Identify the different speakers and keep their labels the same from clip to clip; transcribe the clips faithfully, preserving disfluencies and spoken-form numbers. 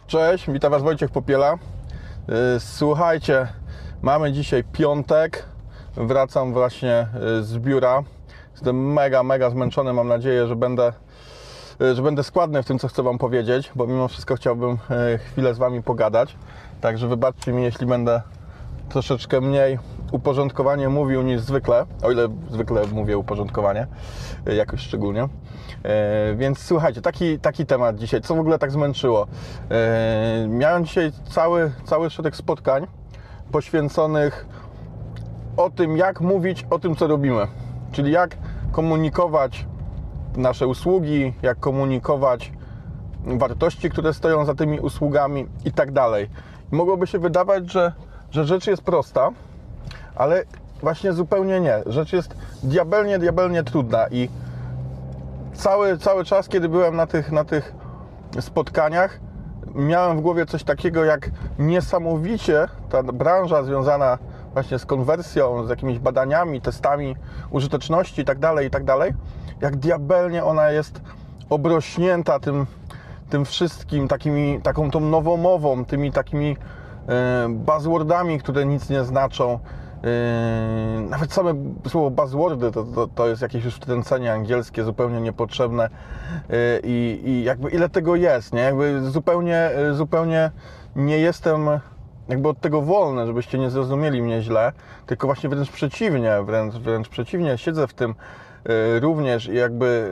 Speaker 1: Cześć, witam Was Wojciech Popiela. Słuchajcie, mamy dzisiaj piątek, wracam właśnie z biura. Jestem mega, mega zmęczony, mam nadzieję, że będę, że będę składny w tym, co chcę Wam powiedzieć, bo mimo wszystko chciałbym chwilę z Wami pogadać. Także wybaczcie mi, jeśli będę troszeczkę mniej uporządkowanie mówił niż zwykle, o ile zwykle mówię uporządkowanie, jakoś szczególnie. E, więc słuchajcie, taki, taki temat dzisiaj, co w ogóle tak zmęczyło. E, miałem dzisiaj cały, cały szereg spotkań poświęconych o tym, jak mówić o tym, co robimy. Czyli jak komunikować nasze usługi, jak komunikować wartości, które stoją za tymi usługami i tak dalej. Mogłoby się wydawać, że, że rzecz jest prosta, ale właśnie zupełnie nie. Rzecz jest diabelnie, diabelnie trudna i cały, cały czas, kiedy byłem na tych, na tych spotkaniach, miałem w głowie coś takiego, jak niesamowicie ta branża związana właśnie z konwersją, z jakimiś badaniami, testami użyteczności i tak dalej, i tak dalej, jak diabelnie ona jest obrośnięta tym, tym wszystkim, takimi, taką tą nowomową, tymi takimi buzzwordami, które nic nie znaczą. Yy, nawet same słowo buzzwordy to, to, to jest jakieś już wtręcenie angielskie zupełnie niepotrzebne yy, i, i jakby ile tego jest, nie? Jakby zupełnie, zupełnie nie jestem jakby od tego wolny, żebyście nie zrozumieli mnie źle, tylko właśnie wręcz przeciwnie, wręcz, wręcz przeciwnie, siedzę w tym yy, również i jakby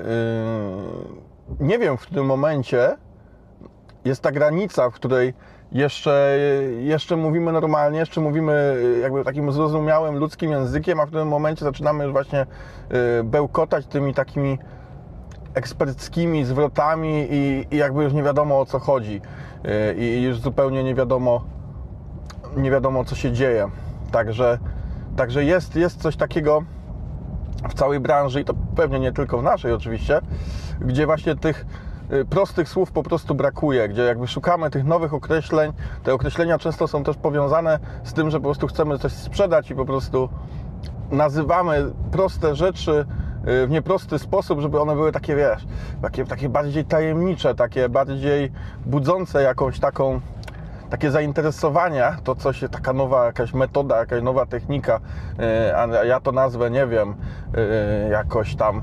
Speaker 1: yy, nie wiem, w którym momencie jest ta granica, w której Jeszcze, jeszcze mówimy normalnie, jeszcze mówimy jakby takim zrozumiałym ludzkim językiem, a w tym momencie zaczynamy już właśnie bełkotać tymi takimi eksperckimi zwrotami i, i jakby już nie wiadomo, o co chodzi i już zupełnie nie wiadomo, nie wiadomo, co się dzieje. Także, także jest, jest coś takiego w całej branży i to pewnie nie tylko w naszej oczywiście, gdzie właśnie tych prostych słów po prostu brakuje, gdzie jakby szukamy tych nowych określeń. Te określenia często są też powiązane z tym, że po prostu chcemy coś sprzedać i po prostu nazywamy proste rzeczy w nieprosty sposób, żeby one były takie, wiesz, takie, takie bardziej tajemnicze, takie bardziej budzące jakąś taką, takie zainteresowanie, to coś, taka nowa jakaś metoda, jakaś nowa technika, a ja to nazwę, nie wiem, jakoś tam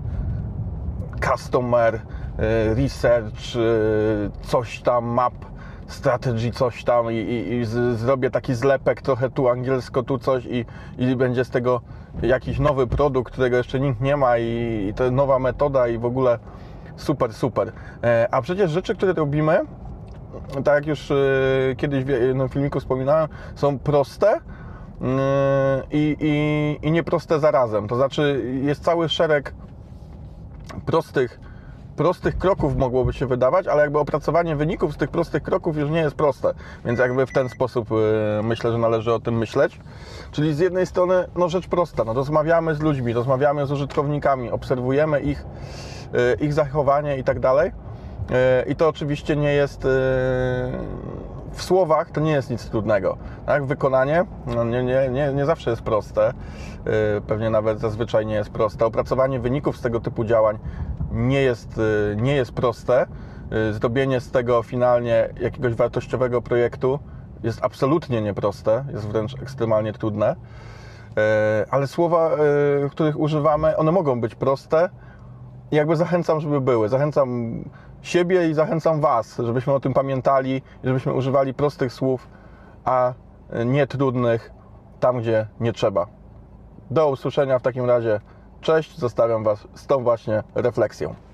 Speaker 1: customer research, coś tam, map strategy, coś tam i, i, i z, zrobię taki zlepek trochę tu angielsko, tu coś i, i będzie z tego jakiś nowy produkt, którego jeszcze nikt nie ma i, i to nowa metoda i w ogóle super, super. A przecież rzeczy, które robimy, tak jak już kiedyś w jednym filmiku wspominałem, są proste i, i, i nieproste zarazem. To znaczy jest cały szereg prostych prostych kroków, mogłoby się wydawać, ale jakby opracowanie wyników z tych prostych kroków już nie jest proste, więc jakby w ten sposób myślę, że należy o tym myśleć. Czyli z jednej strony no rzecz prosta, no rozmawiamy z ludźmi, rozmawiamy z użytkownikami, obserwujemy ich, ich zachowanie i tak dalej i to oczywiście nie jest w słowach, to nie jest nic trudnego, tak? Wykonanie no nie, nie, nie, nie zawsze jest proste, pewnie nawet zazwyczaj nie jest proste. Opracowanie wyników z tego typu działań nie jest, nie jest proste. Zrobienie z tego finalnie jakiegoś wartościowego projektu jest absolutnie nieproste, jest wręcz ekstremalnie trudne. Ale słowa, których używamy, one mogą być proste i jakby zachęcam, żeby były. Zachęcam siebie i zachęcam Was, żebyśmy o tym pamiętali, żebyśmy używali prostych słów, a nie trudnych tam, gdzie nie trzeba. Do usłyszenia w takim razie. Cześć, zostawiam Was z tą właśnie refleksją.